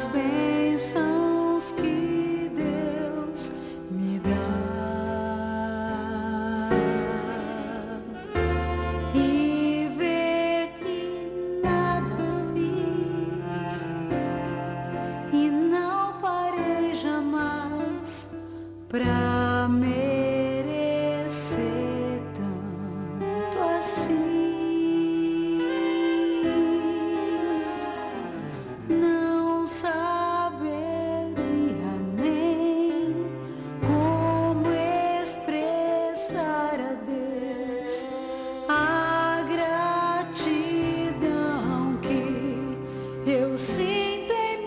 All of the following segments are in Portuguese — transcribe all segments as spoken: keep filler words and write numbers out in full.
as bênçãos que Deus me dá. E ver que nada fiz e não farei jamais pra merecer tanto assim. Não saberia nem como expressar a Deus a gratidão que eu sinto em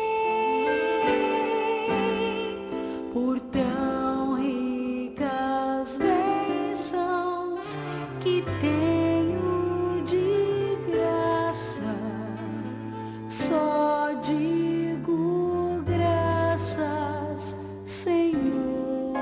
mim por tão ricas bênçãos que tenho de graça. Só digo graças, Senhor.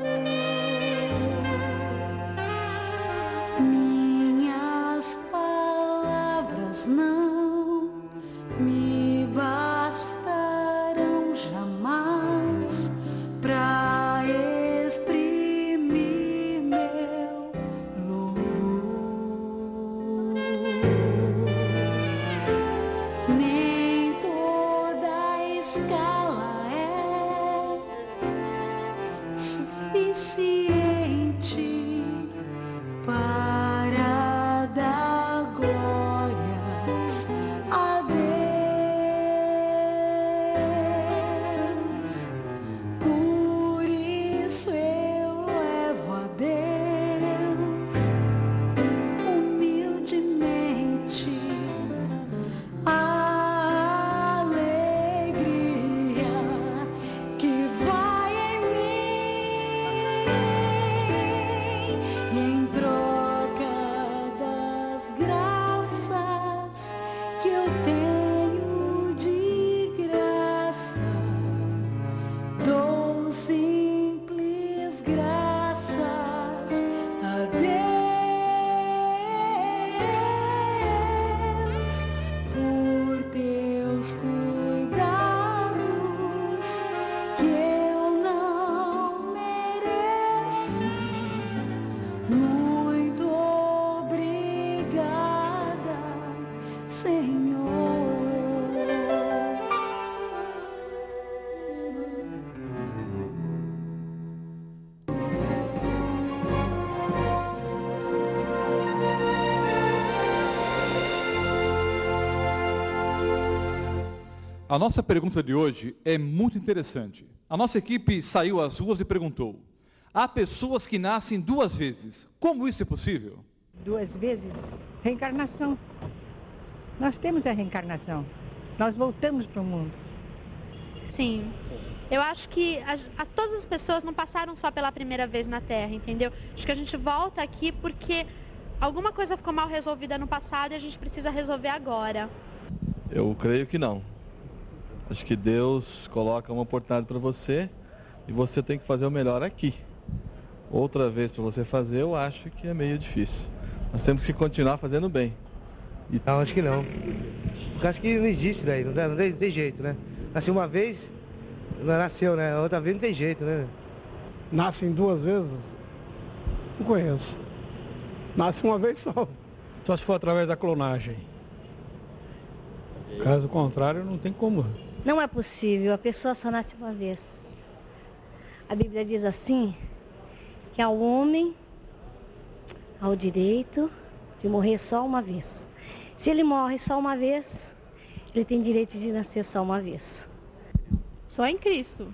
Minhas palavras não me bastarão jamais pra exprimir meu louvor. Nem toda a escala é suficiente para dar glórias a Deus. Por isso eu levo a Deus humildemente a alegria que vai em mim, e em troca das graças que eu tenho de graça, dou simples graças a Deus por teus cuidados que eu não mereço. Muito obrigada, Senhor. A nossa pergunta de hoje é muito interessante. A nossa equipe saiu às ruas e perguntou: há pessoas que nascem duas vezes. Como isso é possível? Duas vezes reencarnação. Nós temos a reencarnação. Nós voltamos para o mundo. Sim. Eu acho que as, as- todas as pessoas não passaram só pela primeira vez na Terra, entendeu? Acho que a gente volta aqui porque alguma coisa ficou mal resolvida no passado e a gente precisa resolver agora. Eu creio que não. Acho que Deus coloca uma oportunidade para você e você tem que fazer o melhor aqui. Outra vez para você fazer, eu acho que é meio difícil. Nós temos que continuar fazendo bem. E Não, acho que não. Porque acho que não existe daí, não, dá, não tem, tem jeito, né? Nasceu uma vez, não nasceu, né? A outra vez não tem jeito, né? Nascem duas vezes? Não conheço. Nasce uma vez só. Só se for através da clonagem. Caso contrário, não tem como. Não é possível, a pessoa só nasce uma vez. A Bíblia diz assim, que ao homem, ao direito de morrer só uma vez. Se ele morre só uma vez, ele tem direito de nascer só uma vez. Só em Cristo.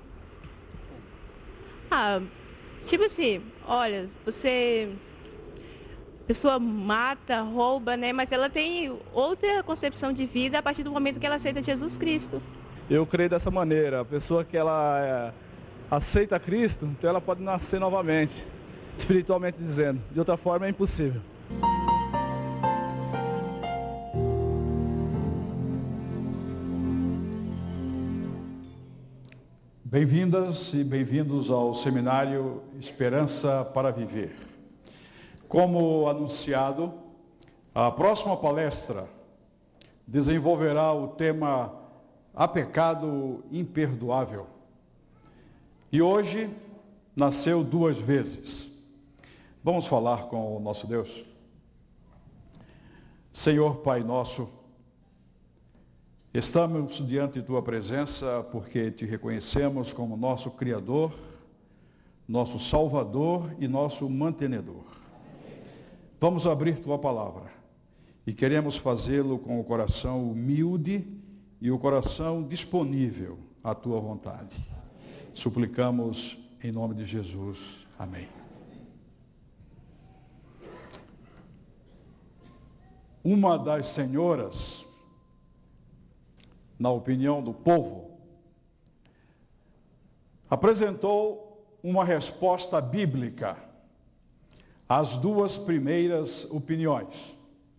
Ah, tipo assim, olha, você... A pessoa mata, rouba, né? Mas ela tem outra concepção de vida a partir do momento que ela aceita Jesus Cristo. Eu creio dessa maneira. A pessoa que ela é, aceita Cristo, então ela pode nascer novamente, espiritualmente dizendo. De outra forma é impossível. Bem-vindas e bem-vindos ao seminário Esperança para Viver. Como anunciado, a próxima palestra desenvolverá o tema há pecado imperdoável. E hoje nasceu duas vezes. Vamos falar com o nosso Deus? Senhor Pai nosso, estamos diante de Tua presença porque Te reconhecemos como nosso Criador, nosso Salvador e nosso Mantenedor. Vamos abrir Tua palavra e queremos fazê-lo com o coração humilde e o coração disponível à Tua vontade. Suplicamos em nome de Jesus. Amém. Uma das senhoras, na opinião do povo, apresentou uma resposta bíblica às duas primeiras opiniões.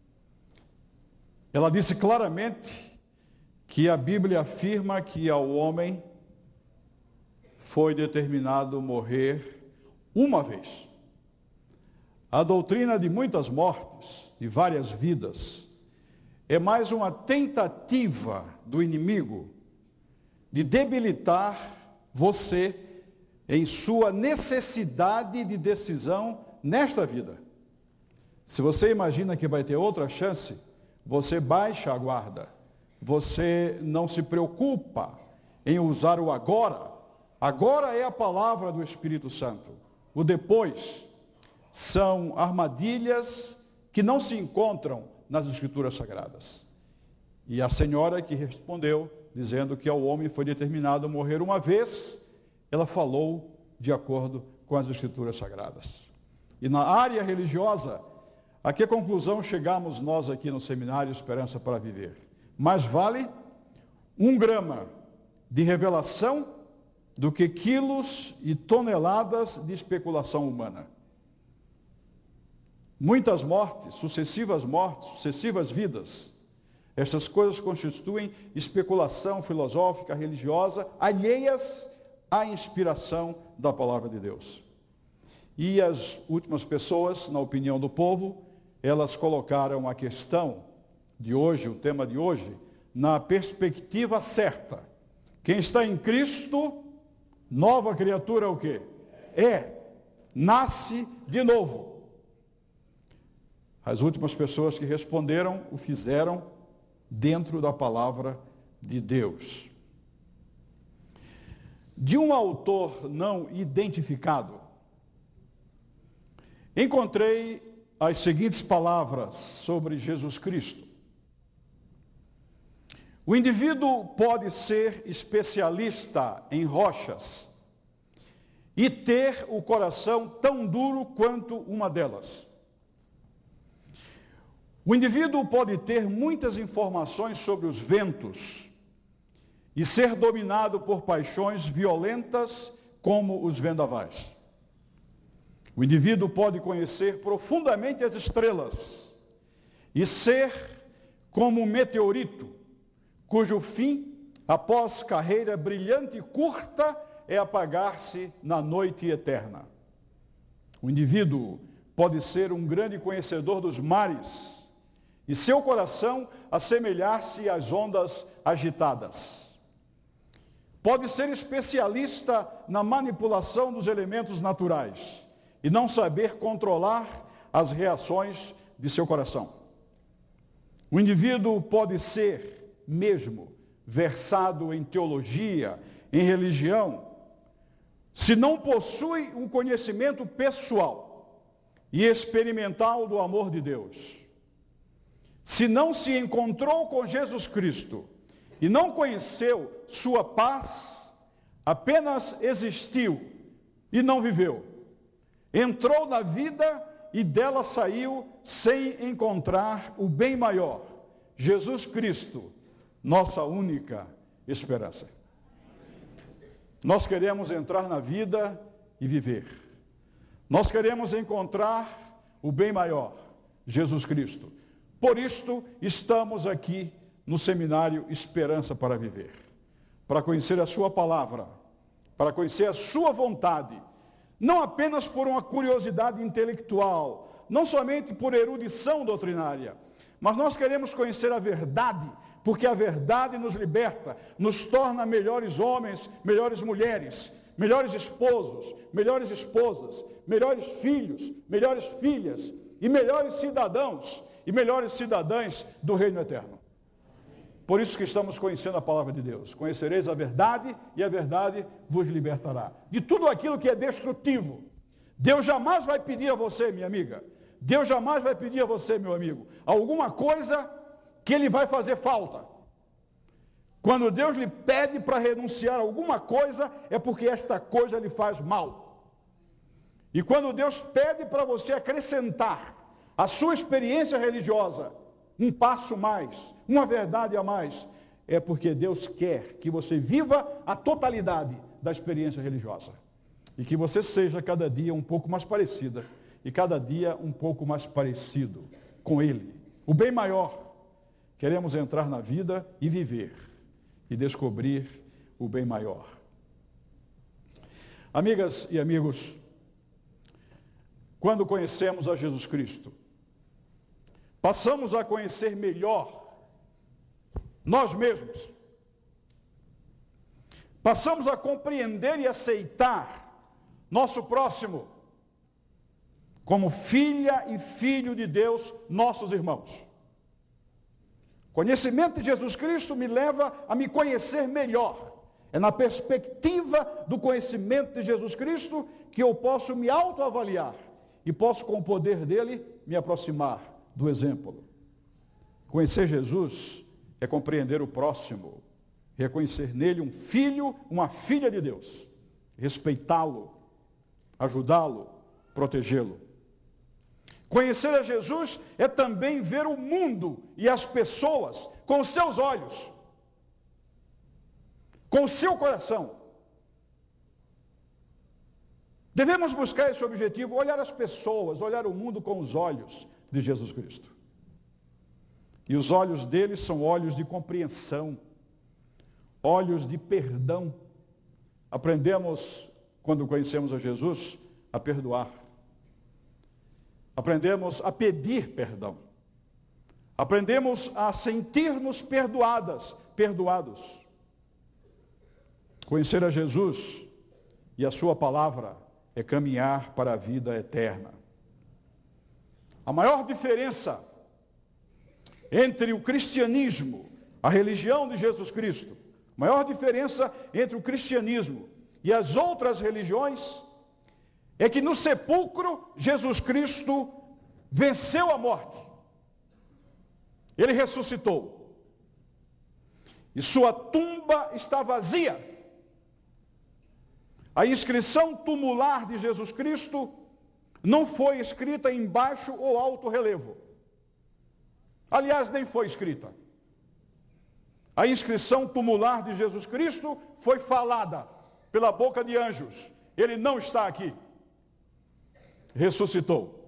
Ela disse claramente que a Bíblia afirma que ao homem foi determinado morrer uma vez. A doutrina de muitas mortes, de várias vidas, é mais uma tentativa do inimigo de debilitar você em sua necessidade de decisão nesta vida. Se você imagina que vai ter outra chance, você baixa a guarda. Você não se preocupa em usar o agora. Agora é a palavra do Espírito Santo. O depois são armadilhas que não se encontram nas Escrituras Sagradas. E a senhora que respondeu, dizendo que ao homem foi determinado morrer uma vez, ela falou de acordo com as Escrituras Sagradas. E na área religiosa, a que conclusão chegamos nós aqui no seminário Esperança para Viver? Mais vale um grama de revelação do que quilos e toneladas de especulação humana. Muitas mortes, sucessivas mortes, sucessivas vidas, essas coisas constituem especulação filosófica, religiosa, alheias à inspiração da palavra de Deus. E as últimas pessoas, na opinião do povo, elas colocaram a questão de hoje, o tema de hoje, na perspectiva certa. Quem está em Cristo, nova criatura o quê? É, nasce de novo. As últimas pessoas que responderam, o fizeram dentro da palavra de Deus. De um autor não identificado, encontrei as seguintes palavras sobre Jesus Cristo. O indivíduo pode ser especialista em rochas e ter o coração tão duro quanto uma delas. O indivíduo pode ter muitas informações sobre os ventos e ser dominado por paixões violentas como os vendavais. O indivíduo pode conhecer profundamente as estrelas e ser como um meteorito, cujo fim, após carreira brilhante e curta, é apagar-se na noite eterna. O indivíduo pode ser um grande conhecedor dos mares e seu coração assemelhar-se às ondas agitadas. Pode ser especialista na manipulação dos elementos naturais e não saber controlar as reações de seu coração. O indivíduo pode ser mesmo versado em teologia, em religião, se não possui um conhecimento pessoal e experimental do amor de Deus. Se não se encontrou com Jesus Cristo e não conheceu sua paz, apenas existiu e não viveu. Entrou na vida e dela saiu sem encontrar o bem maior, Jesus Cristo, nossa única esperança. Nós queremos entrar na vida e viver. Nós queremos encontrar o bem maior, Jesus Cristo. Por isto, estamos aqui no seminário Esperança para Viver. Para conhecer a sua palavra, para conhecer a sua vontade, não apenas por uma curiosidade intelectual, não somente por erudição doutrinária, mas nós queremos conhecer a verdade porque a verdade nos liberta, nos torna melhores homens, melhores mulheres, melhores esposos, melhores esposas, melhores filhos, melhores filhas e melhores cidadãos e melhores cidadãs do reino eterno. Por isso que estamos conhecendo a palavra de Deus. Conhecereis a verdade e a verdade vos libertará de tudo aquilo que é destrutivo. Deus jamais vai pedir a você, minha amiga, Deus jamais vai pedir a você, meu amigo, alguma coisa que ele vai fazer falta. Quando Deus lhe pede para renunciar a alguma coisa, é porque esta coisa lhe faz mal. E quando Deus pede para você acrescentar a sua experiência religiosa um passo mais, uma verdade a mais, é porque Deus quer que você viva a totalidade da experiência religiosa. E que você seja cada dia um pouco mais parecida, e cada dia um pouco mais parecido com Ele. O bem maior. Queremos entrar na vida e viver, e descobrir o bem maior. Amigas e amigos, quando conhecemos a Jesus Cristo, passamos a conhecer melhor nós mesmos. Passamos a compreender e aceitar nosso próximo como filha e filho de Deus, nossos irmãos. Conhecimento de Jesus Cristo me leva a me conhecer melhor. É na perspectiva do conhecimento de Jesus Cristo que eu posso me autoavaliar e posso, com o poder dele, me aproximar do exemplo. Conhecer Jesus é compreender o próximo, reconhecer nele um filho, uma filha de Deus, respeitá-lo, ajudá-lo, protegê-lo. Conhecer a Jesus é também ver o mundo e as pessoas com os seus olhos, com o seu coração. Devemos buscar esse objetivo, olhar as pessoas, olhar o mundo com os olhos de Jesus Cristo. E os olhos dele são olhos de compreensão, olhos de perdão. Aprendemos, quando conhecemos a Jesus, a perdoar. Aprendemos a pedir perdão. Aprendemos a sentir-nos perdoadas, perdoados. Conhecer a Jesus e a sua palavra é caminhar para a vida eterna. A maior diferença entre o cristianismo, a religião de Jesus Cristo, a maior diferença entre o cristianismo e as outras religiões é que no sepulcro Jesus Cristo venceu a morte. Ele ressuscitou. E sua tumba está vazia. A inscrição tumular de Jesus Cristo não foi escrita em baixo ou alto relevo. Aliás, nem foi escrita. A inscrição tumular de Jesus Cristo foi falada pela boca de anjos. Ele não está aqui. Ressuscitou.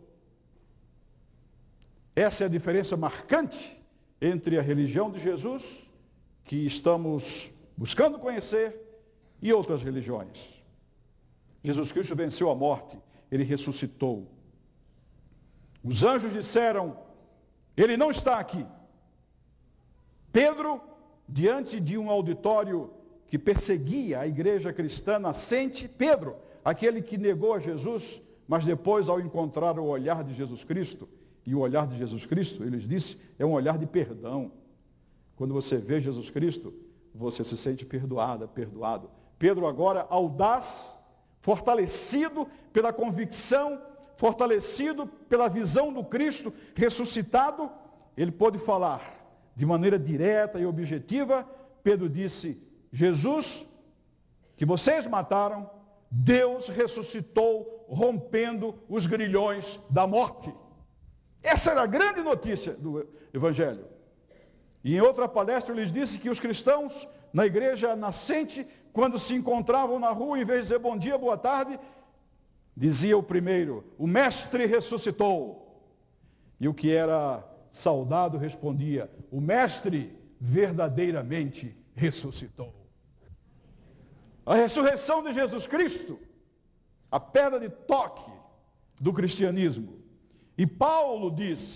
Essa é a diferença marcante entre a religião de Jesus, que estamos buscando conhecer, e outras religiões. Jesus Cristo venceu a morte, ele ressuscitou. Os anjos disseram, ele não está aqui. Pedro, diante de um auditório que perseguia a igreja cristã nascente, Pedro, aquele que negou a Jesus, mas depois, ao encontrar o olhar de Jesus Cristo, e o olhar de Jesus Cristo, ele disse, é um olhar de perdão. Quando você vê Jesus Cristo, você se sente perdoada, perdoado. Pedro agora, audaz, fortalecido pela convicção, fortalecido pela visão do Cristo ressuscitado, ele pôde falar de maneira direta e objetiva. Pedro disse, Jesus, que vocês mataram, Deus ressuscitou, rompendo os grilhões da morte. Essa era a grande notícia do Evangelho. E em outra palestra eles disse que os cristãos na igreja nascente, quando se encontravam na rua, em vez de dizer bom dia, boa tarde, dizia o primeiro, o mestre ressuscitou. E o que era saudado respondia, o mestre verdadeiramente ressuscitou. A ressurreição de Jesus Cristo, a pedra de toque do cristianismo. E Paulo disse,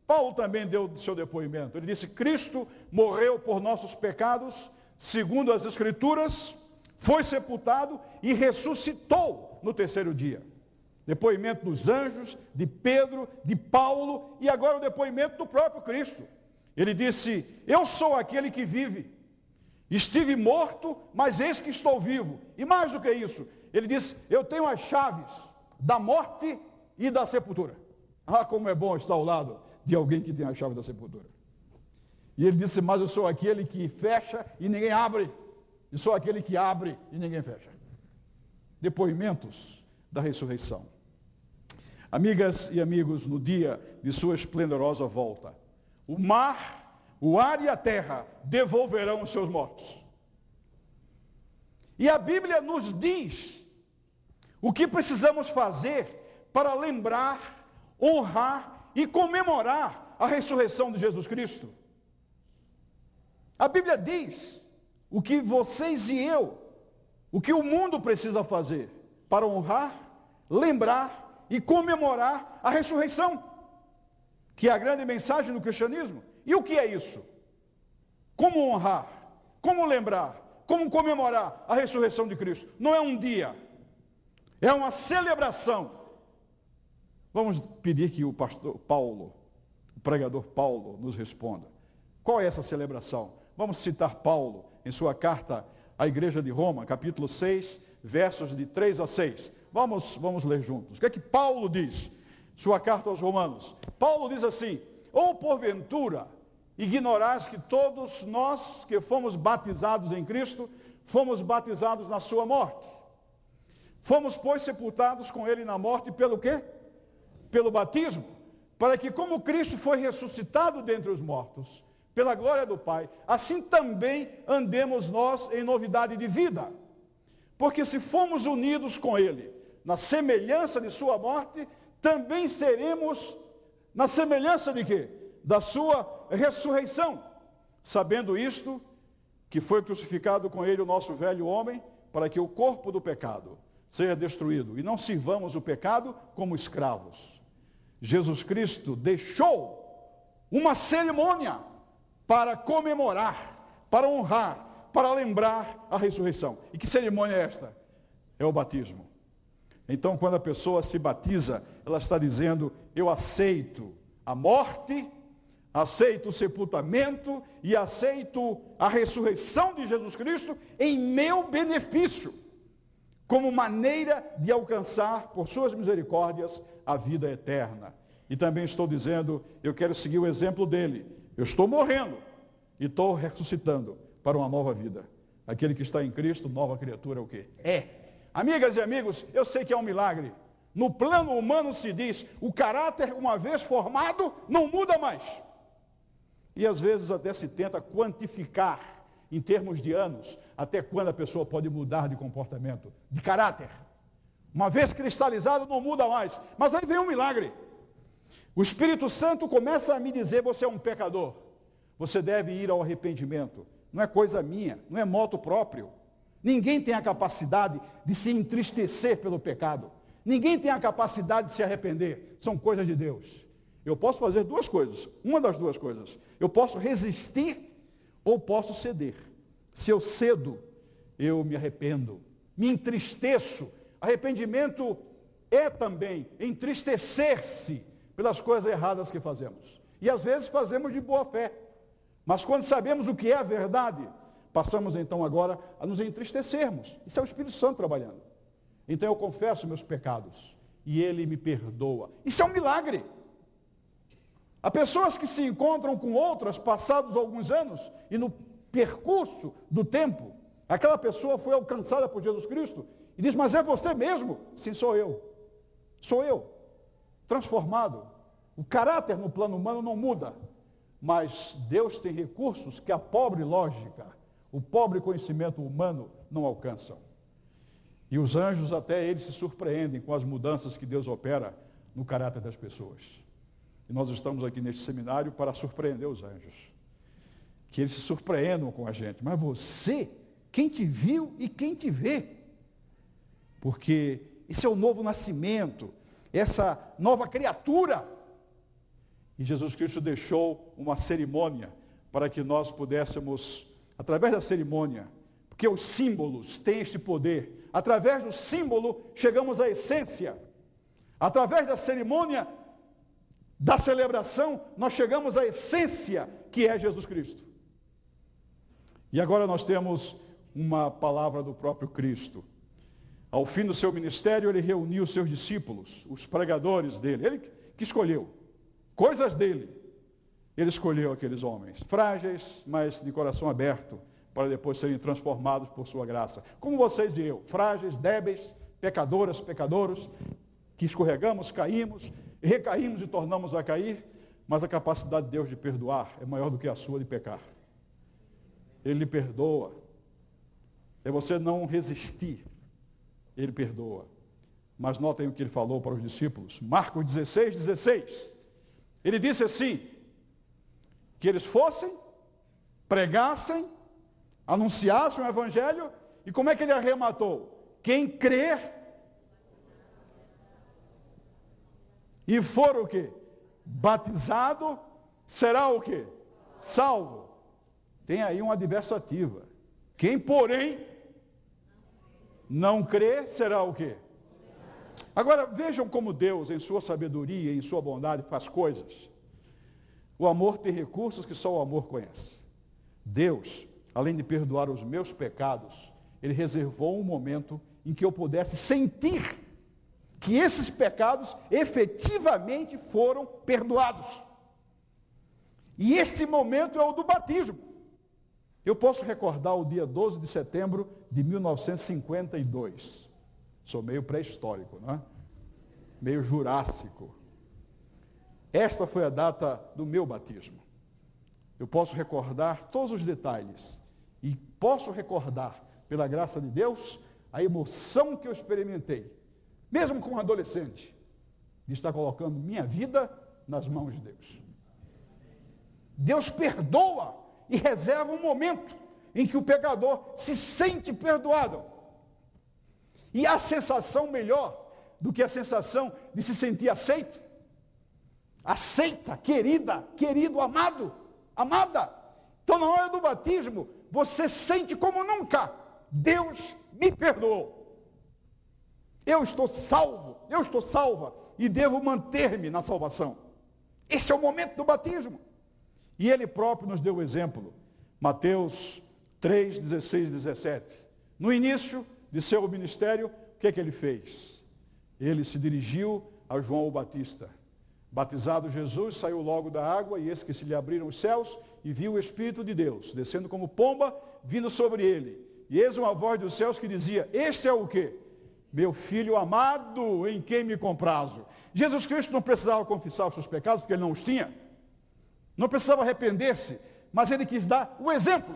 Paulo também deu seu depoimento. Ele disse, Cristo morreu por nossos pecados, segundo as Escrituras, foi sepultado e ressuscitou no terceiro dia. Depoimento dos anjos, de Pedro, de Paulo e agora o depoimento do próprio Cristo. Ele disse, eu sou aquele que vive. Estive morto, mas eis que estou vivo. E mais do que isso, ele disse, eu tenho as chaves da morte e da sepultura. Ah, como é bom estar ao lado de alguém que tem a chave da sepultura. E ele disse, mas eu sou aquele que fecha e ninguém abre. E sou aquele que abre e ninguém fecha. Depoimentos da ressurreição. Amigas e amigos, no dia de sua esplendorosa volta, o mar, o ar e a terra devolverão os seus mortos. E a Bíblia nos diz o que precisamos fazer para lembrar, honrar e comemorar a ressurreição de Jesus Cristo. A Bíblia diz o que vocês e eu, o que o mundo precisa fazer para honrar, lembrar e comemorar a ressurreição, que é a grande mensagem do cristianismo. E o que é isso? Como honrar, como lembrar, como comemorar a ressurreição de Cristo? Não é um dia, é uma celebração. Vamos pedir que o pastor Paulo, o pregador Paulo, nos responda. Qual é essa celebração? Vamos citar Paulo em sua carta à igreja de Roma, capítulo seis, versos de três a seis. Vamos, vamos ler juntos. O que é que Paulo diz? Sua carta aos Romanos. Paulo diz assim, ou porventura ignorais que todos nós que fomos batizados em Cristo, fomos batizados na sua morte. Fomos, pois, sepultados com ele na morte pelo quê? Pelo batismo, para que como Cristo foi ressuscitado dentre os mortos, pela glória do Pai, assim também andemos nós em novidade de vida. Porque se fomos unidos com ele na semelhança de sua morte, também seremos na semelhança de quê? Da sua ressurreição. Sabendo isto, que foi crucificado com ele o nosso velho homem, para que o corpo do pecado seja destruído, e não sirvamos o pecado como escravos. Jesus Cristo deixou uma cerimônia para comemorar, para honrar, para lembrar a ressurreição. E que cerimônia é esta? É o batismo. Então, quando a pessoa se batiza, ela está dizendo, eu aceito a morte, aceito o sepultamento e aceito a ressurreição de Jesus Cristo em meu benefício, como maneira de alcançar, por suas misericórdias, a vida eterna. E também estou dizendo, eu quero seguir o exemplo dele. Eu estou morrendo e estou ressuscitando para uma nova vida. Aquele que está em Cristo, nova criatura é o quê? É. Amigas e amigos, eu sei que é um milagre. No plano humano se diz, o caráter, uma vez formado, não muda mais. E às vezes até se tenta quantificar, em termos de anos, até quando a pessoa pode mudar de comportamento, de caráter. Uma vez cristalizado, não muda mais. Mas aí vem um milagre. O Espírito Santo começa a me dizer, você é um pecador. Você deve ir ao arrependimento. Não é coisa minha, não é moto próprio. Ninguém tem a capacidade de se entristecer pelo pecado. Ninguém tem a capacidade de se arrepender. São coisas de Deus. Eu posso fazer duas coisas. Uma das duas coisas. Eu posso resistir ou posso ceder. Se eu cedo, eu me arrependo. Me entristeço. Arrependimento é também entristecer-se pelas coisas erradas que fazemos. E às vezes fazemos de boa fé. Mas quando sabemos o que é a verdade, passamos então agora a nos entristecermos. Isso é o Espírito Santo trabalhando. Então eu confesso meus pecados e ele me perdoa. Isso é um milagre. Há pessoas que se encontram com outras passados alguns anos e no percurso do tempo, aquela pessoa foi alcançada por Jesus Cristo e diz, mas é você mesmo? Sim, sou eu. Sou eu. Transformado. O caráter no plano humano não muda, mas Deus tem recursos que a pobre lógica, o pobre conhecimento humano não alcançam. E os anjos até eles se surpreendem com as mudanças que Deus opera no caráter das pessoas. E nós estamos aqui neste seminário para surpreender os anjos. Que eles se surpreendam com a gente. Mas você, quem te viu e quem te vê? Porque esse é o novo nascimento, essa nova criatura. E Jesus Cristo deixou uma cerimônia para que nós pudéssemos, através da cerimônia, porque os símbolos têm este poder, através do símbolo chegamos à essência. Através da cerimônia, da celebração, nós chegamos à essência que é Jesus Cristo. E agora nós temos uma palavra do próprio Cristo. Ao fim do seu ministério, ele reuniu os seus discípulos, os pregadores dele, ele que escolheu, coisas dele. Ele escolheu aqueles homens, frágeis, mas de coração aberto, para depois serem transformados por sua graça. Como vocês e eu, frágeis, débeis, pecadoras, pecadoros, que escorregamos, caímos, recaímos e tornamos a cair, mas a capacidade de Deus de perdoar é maior do que a sua de pecar. Ele lhe perdoa. É você não resistir. Ele perdoa. Mas notem o que ele falou para os discípulos. Marcos dezesseis, dezesseis. Ele disse assim, que eles fossem, pregassem, anunciassem o evangelho, e como é que ele arrematou? Quem crer e for o quê? Batizado, será o quê? Salvo. Tem aí uma adversativa. Quem, porém, não crer, será o quê? Agora, vejam como Deus, em sua sabedoria, em sua bondade, faz coisas. O amor tem recursos que só o amor conhece. Deus, além de perdoar os meus pecados, Ele reservou um momento em que eu pudesse sentir que esses pecados efetivamente foram perdoados. E este momento é o do batismo. Eu posso recordar o dia doze de setembro de mil novecentos e cinquenta e dois. Sou meio pré-histórico, não é? Meio jurássico. Esta foi a data do meu batismo. Eu posso recordar todos os detalhes. E posso recordar, pela graça de Deus, a emoção que eu experimentei, mesmo como adolescente, de estar colocando minha vida nas mãos de Deus. Deus perdoa e reserva um momento em que o pecador se sente perdoado. E há sensação melhor do que a sensação de se sentir aceito. Aceita, querida, querido, amado, amada. Então, na hora do batismo, você sente como nunca: Deus me perdoou. Eu estou salvo, eu estou salva e devo manter-me na salvação. Esse é o momento do batismo. E ele próprio nos deu o exemplo. Mateus três, dezesseis e dezessete. No início de seu ministério, o que é que ele fez? Ele se dirigiu a João o Batista. Batizado Jesus, saiu logo da água, e eis que se lhe abriram os céus, e viu o Espírito de Deus, descendo como pomba, vindo sobre ele. E eis uma voz dos céus que dizia: este é o quê? Meu filho amado, em quem me comprazo. Jesus Cristo não precisava confessar os seus pecados, porque ele não os tinha. Não precisava arrepender-se, mas ele quis dar o exemplo.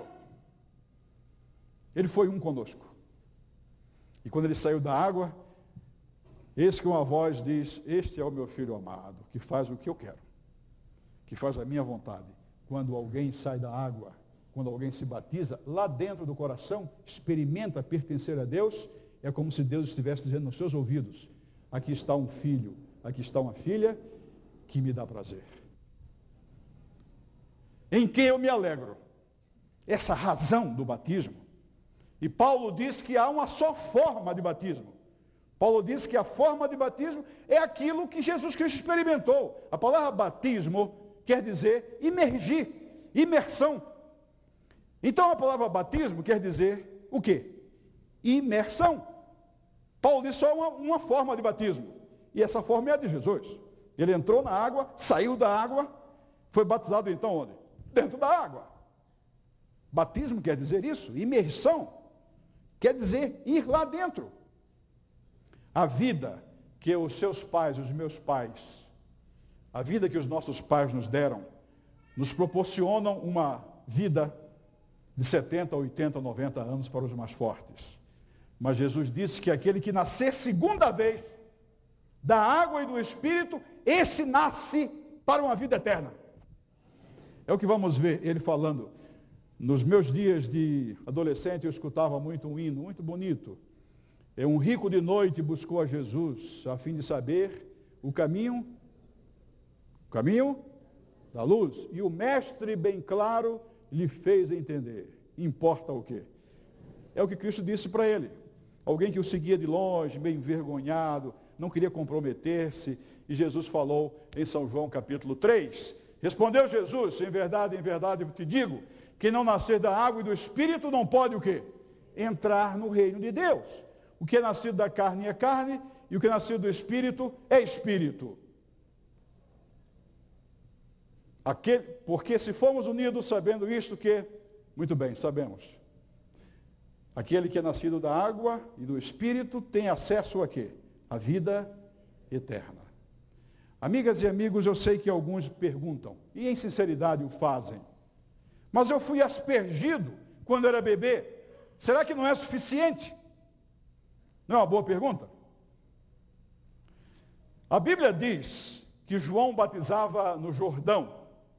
Ele foi um conosco. E quando ele saiu da água, eis que uma voz diz: este é o meu filho amado, que faz o que eu quero, que faz a minha vontade. Quando alguém sai da água, quando alguém se batiza, lá dentro do coração, experimenta pertencer a Deus, é como se Deus estivesse dizendo nos seus ouvidos: aqui está um filho, aqui está uma filha, que me dá prazer, em quem eu me alegro. Essa razão do batismo. E Paulo diz que há uma só forma de batismo. Paulo diz que a forma de batismo é aquilo que Jesus Cristo experimentou. A palavra batismo quer dizer imergir, imersão. Então a palavra batismo quer dizer o quê? Imersão. Paulo diz só uma, uma forma de batismo. E essa forma é a de Jesus. Ele entrou na água, saiu da água, foi batizado então onde? Dentro da água. Batismo quer dizer isso, imersão. Quer dizer ir lá dentro. A vida que os seus pais, os meus pais, a vida que os nossos pais nos deram, nos proporcionam uma vida de setenta, oitenta, noventa anos para os mais fortes. Mas Jesus disse que aquele que nascer segunda vez da água e do Espírito, esse nasce para uma vida eterna. É o que vamos ver ele falando. Nos meus dias de adolescente, eu escutava muito um hino, muito bonito. É: um rico de noite buscou a Jesus, a fim de saber o caminho, o caminho da luz, e o mestre bem claro lhe fez entender. Importa o quê? É o que Cristo disse para ele. Alguém que o seguia de longe, meio envergonhado, não queria comprometer-se, e Jesus falou em São João capítulo três. Respondeu Jesus, em verdade, em verdade eu te digo, quem não nascer da água e do Espírito não pode o quê? Entrar no reino de Deus. O que é nascido da carne é carne, e o que é nascido do Espírito é Espírito. Aquele, porque se formos unidos sabendo isto que, muito bem, sabemos. Aquele que é nascido da água e do Espírito tem acesso a quê? A vida eterna. Amigas e amigos, eu sei que alguns perguntam, e em sinceridade o fazem, mas eu fui aspergido quando era bebê, será que não é suficiente? Não é uma boa pergunta? A Bíblia diz que João batizava no Jordão,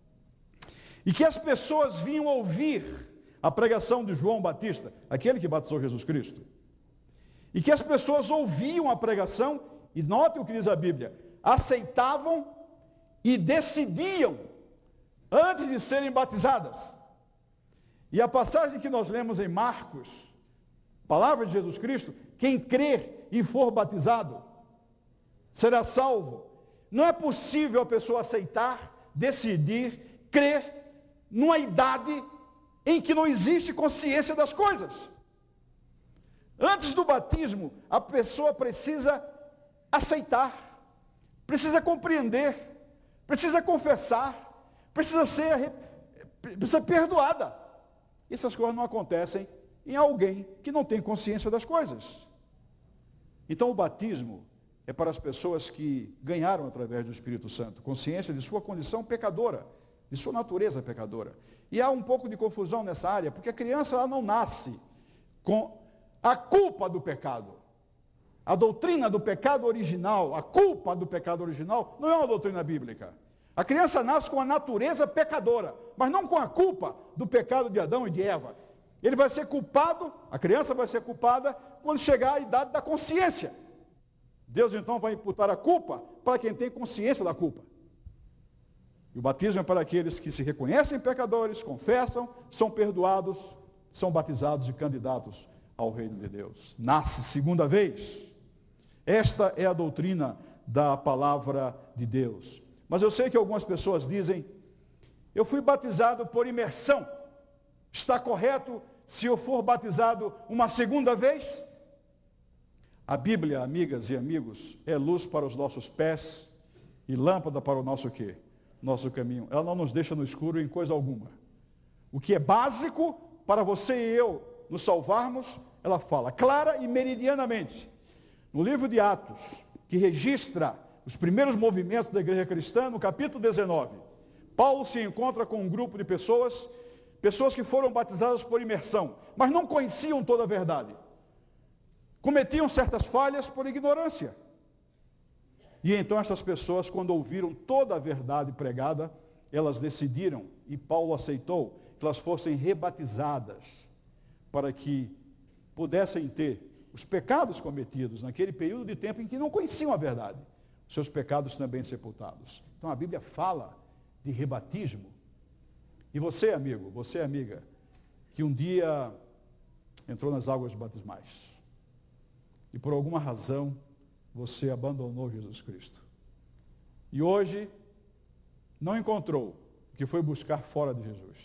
e que as pessoas vinham ouvir a pregação de João Batista, aquele que batizou Jesus Cristo. E que as pessoas ouviam a pregação, e notem o que diz a Bíblia, aceitavam e decidiam antes de serem batizadas. E a passagem que nós lemos em Marcos, palavra de Jesus Cristo, quem crer e for batizado será salvo. Não é possível a pessoa aceitar, decidir, crer numa idade em que não existe consciência das coisas. Antes do batismo, a pessoa precisa aceitar, precisa compreender, precisa confessar, precisa ser, precisa ser perdoada. Essas coisas não acontecem em alguém que não tem consciência das coisas. Então o batismo é para as pessoas que ganharam através do Espírito Santo consciência de sua condição pecadora, de sua natureza pecadora. E há um pouco de confusão nessa área, porque a criança ela não nasce com a culpa do pecado. A doutrina do pecado original, a culpa do pecado original, não é uma doutrina bíblica. A criança nasce com a natureza pecadora, mas não com a culpa do pecado de Adão e de Eva. Ele vai ser culpado, a criança vai ser culpada, quando chegar à idade da consciência. Deus então vai imputar a culpa para quem tem consciência da culpa. E o batismo é para aqueles que se reconhecem pecadores, confessam, são perdoados, são batizados e candidatos ao reino de Deus. Nasce segunda vez. Esta é a doutrina da palavra de Deus. Mas eu sei que algumas pessoas dizem, eu fui batizado por imersão. Está correto se eu for batizado uma segunda vez? A Bíblia, amigas e amigos, é luz para os nossos pés e lâmpada para o nosso quê? Nosso caminho. Ela não nos deixa no escuro em coisa alguma. O que é básico para você e eu nos salvarmos, ela fala clara e meridianamente. No livro de Atos, que registra os primeiros movimentos da igreja cristã, no capítulo dezenove, Paulo se encontra com um grupo de pessoas, pessoas que foram batizadas por imersão, mas não conheciam toda a verdade. Cometiam certas falhas por ignorância. E então essas pessoas, quando ouviram toda a verdade pregada, elas decidiram, e Paulo aceitou, que elas fossem rebatizadas, para que pudessem ter os pecados cometidos naquele período de tempo em que não conheciam a verdade, seus pecados também sepultados. Então a Bíblia fala de rebatismo. E você, amigo, você, amiga, que um dia entrou nas águas batismais, e por alguma razão você abandonou Jesus Cristo. E hoje não encontrou o que foi buscar fora de Jesus.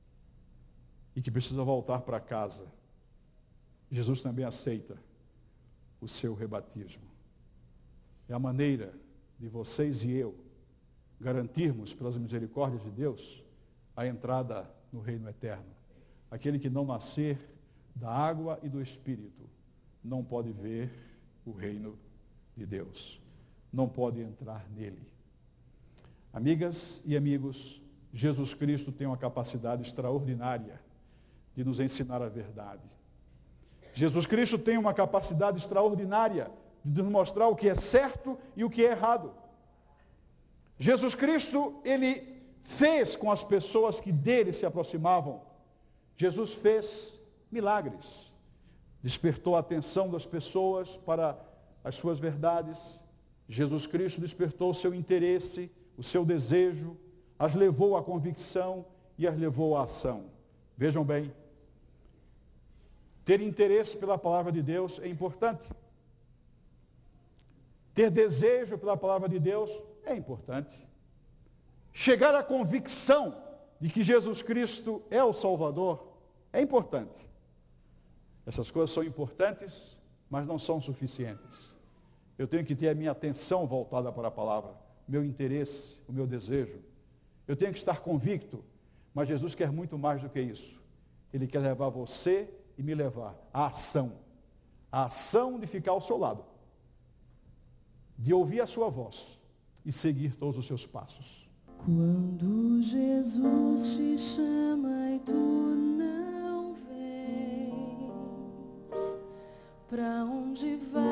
E que precisa voltar para casa. Jesus também aceita o seu rebatismo. É a maneira de vocês e eu garantirmos, pelas misericórdias de Deus, a entrada no reino eterno. Aquele que não nascer da água e do Espírito não pode ver o reino de Deus. Não pode entrar nele. Amigas e amigos, Jesus Cristo tem uma capacidade extraordinária de nos ensinar a verdade. Jesus Cristo tem uma capacidade extraordinária de nos mostrar o que é certo e o que é errado. Jesus Cristo, ele fez com as pessoas que dele se aproximavam. Jesus fez milagres. Despertou a atenção das pessoas para as suas verdades. Jesus Cristo despertou o seu interesse, o seu desejo, as levou à convicção e as levou à ação. Vejam bem, ter interesse pela palavra de Deus é importante. Ter desejo pela palavra de Deus é importante. Chegar à convicção de que Jesus Cristo é o Salvador é importante. Essas coisas são importantes, mas não são suficientes. Eu tenho que ter a minha atenção voltada para a palavra, meu interesse, o meu desejo. Eu tenho que estar convicto, mas Jesus quer muito mais do que isso. Ele quer levar você e me levar à ação. A ação de ficar ao seu lado, de ouvir a sua voz e seguir todos os seus passos. Quando Jesus te chama e tu não vens, pra onde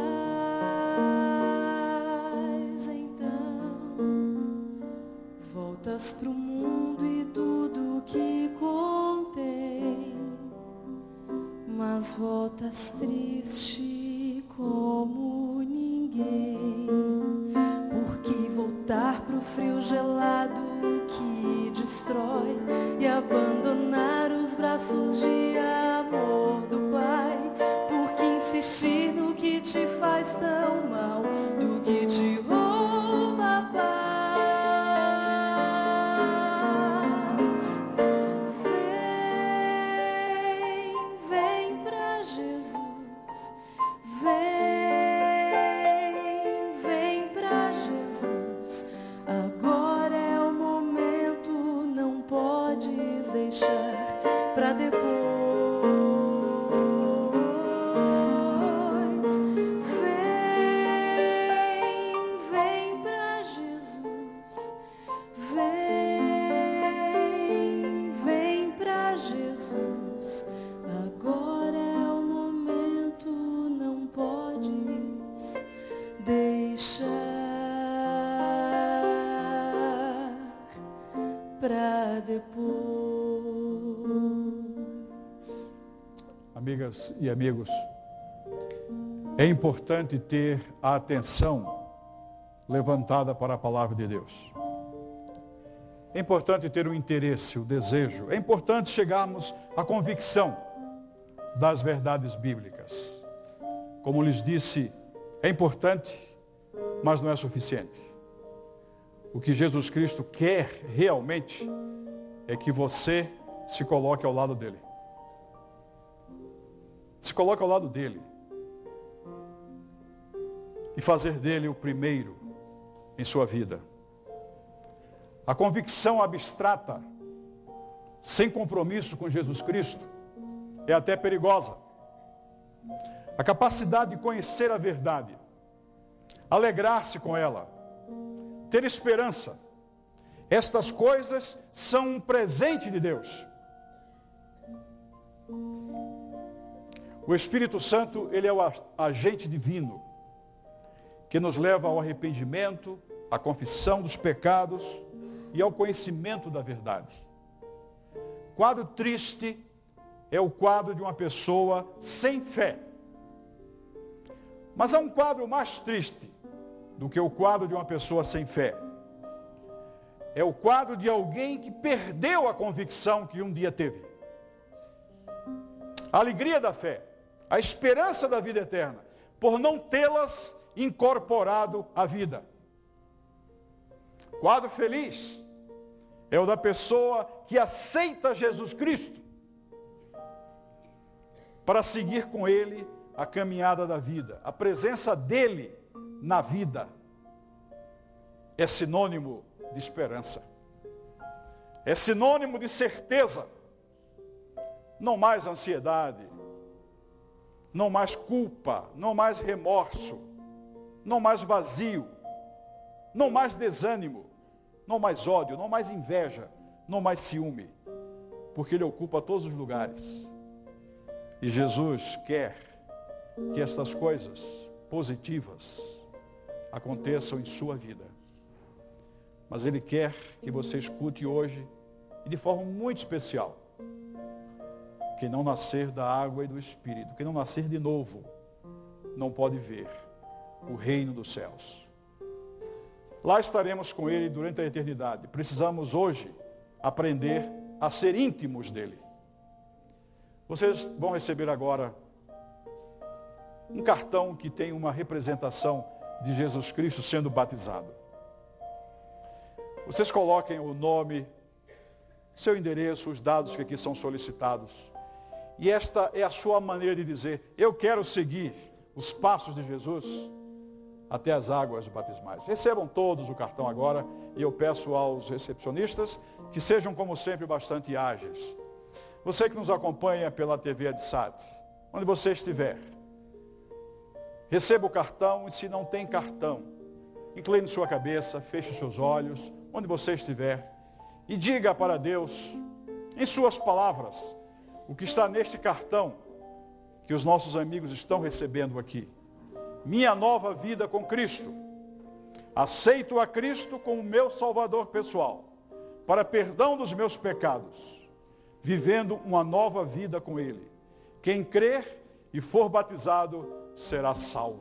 vais então? Voltas pro mundo e tudo que contém, mas voltas triste como ninguém, porque voltar pro frio gelado que destrói e abandonar os braços de amor do Pai, porque insistir no que te faz tão mal, do que te rouba a paz. Vem, vem pra Jesus, vem. Deixar para depois. Vem, vem para Jesus. Vem, vem para Jesus. Agora é o momento, não podes deixar para depois. Amigas e amigos, é importante ter a atenção levantada para a palavra de Deus. É importante ter o interesse, o desejo. É importante chegarmos à convicção das verdades bíblicas. Como lhes disse, é importante, mas não é suficiente. O que Jesus Cristo quer realmente é que você se coloque ao lado dele. Se coloque ao lado dele. E fazer dele o primeiro em sua vida. A convicção abstrata, sem compromisso com Jesus Cristo, é até perigosa. A capacidade de conhecer a verdade, alegrar-se com ela, ter esperança, estas coisas são um presente de Deus. O Espírito Santo, ele é o agente divino, que nos leva ao arrependimento, à confissão dos pecados e ao conhecimento da verdade. Quadro triste é o quadro de uma pessoa sem fé. Mas há um quadro mais triste do que o quadro de uma pessoa sem fé. É o quadro de alguém que perdeu a convicção que um dia teve. A alegria da fé, a esperança da vida eterna, por não tê-las incorporado à vida. Quadro feliz é o da pessoa que aceita Jesus Cristo para seguir com ele a caminhada da vida. A presença dele na vida é sinônimo de esperança. É sinônimo de certeza. Não mais ansiedade, não mais culpa, não mais remorso, não mais vazio, não mais desânimo, não mais ódio, não mais inveja, não mais ciúme, porque ele ocupa todos os lugares. E Jesus quer que estas coisas positivas aconteçam em sua vida. Mas ele quer que você escute hoje, e de forma muito especial, quem não nascer da água e do Espírito, quem não nascer de novo, não pode ver o reino dos céus. Lá estaremos com Ele durante a eternidade. Precisamos hoje aprender a ser íntimos dEle. Vocês vão receber agora um cartão que tem uma representação de Jesus Cristo sendo batizado. Vocês coloquem o nome, seu endereço, os dados que aqui são solicitados. E esta é a sua maneira de dizer, eu quero seguir os passos de Jesus até as águas batismais. Recebam todos o cartão agora e eu peço aos recepcionistas que sejam, como sempre, bastante ágeis. Você que nos acompanha pela T V ADSAT, onde você estiver, receba o cartão e se não tem cartão, incline sua cabeça, feche os seus olhos, onde você estiver, e diga para Deus, em suas palavras, o que está neste cartão que os nossos amigos estão recebendo aqui. Minha nova vida com Cristo. Aceito a Cristo como meu Salvador pessoal, para perdão dos meus pecados, vivendo uma nova vida com Ele. Quem crer e for batizado será salvo.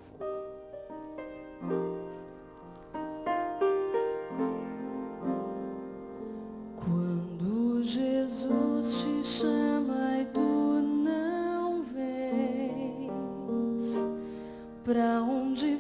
Quando Jesus te chama e tu não vês, pra onde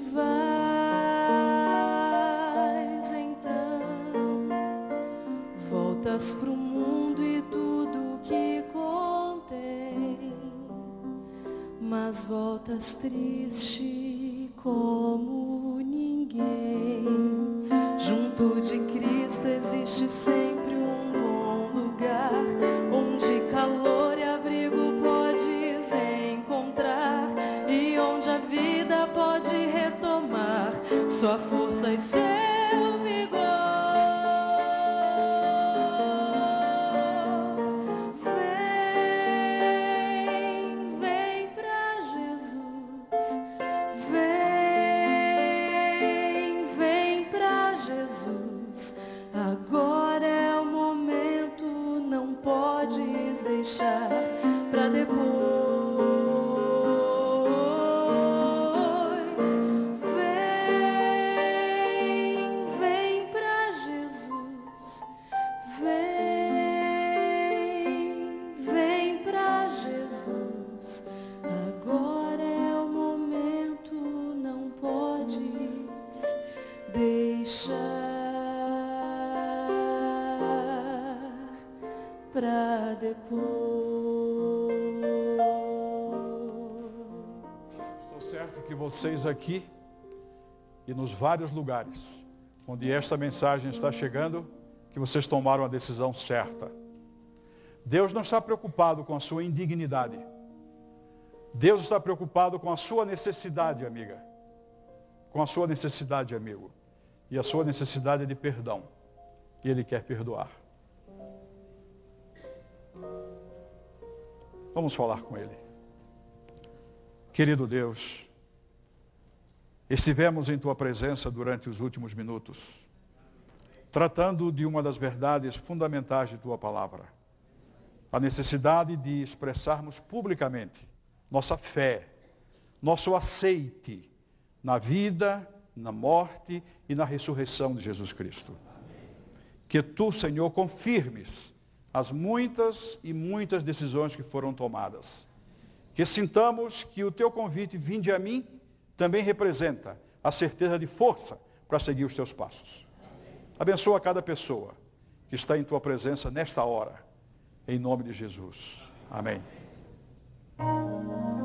vais então? Voltas pro mundo e tudo que contém, mas voltas triste como ninguém. Junto de Cristo existe sempre um bom lugar, onde calor e abrigo podes encontrar, e onde a vida pode retomar sua força e seu vigor. Vem, vem pra Jesus. Vem, vem pra Jesus. Agora é o momento, não podes deixar pra depois. Vem, vem pra Jesus. Vem, vem pra Jesus. Agora é o momento, não podes deixar pra depois. Estou certo que vocês aqui e nos vários lugares onde esta mensagem está chegando, que vocês tomaram a decisão certa. Deus não está preocupado com a sua indignidade. Deus está preocupado com a sua necessidade, amiga. Com a sua necessidade, amigo. E a sua necessidade é de perdão. E Ele quer perdoar. Vamos falar com Ele. Querido Deus, estivemos em Tua presença durante os últimos minutos, tratando de uma das verdades fundamentais de Tua palavra. A necessidade de expressarmos publicamente nossa fé, nosso aceite na vida, na morte e na ressurreição de Jesus Cristo. Que Tu, Senhor, confirmes as muitas e muitas decisões que foram tomadas. Que sintamos que o Teu convite, vinde a mim, também representa a certeza de força para seguir os Teus passos. Abençoa cada pessoa que está em Tua presença nesta hora, em nome de Jesus. Amém.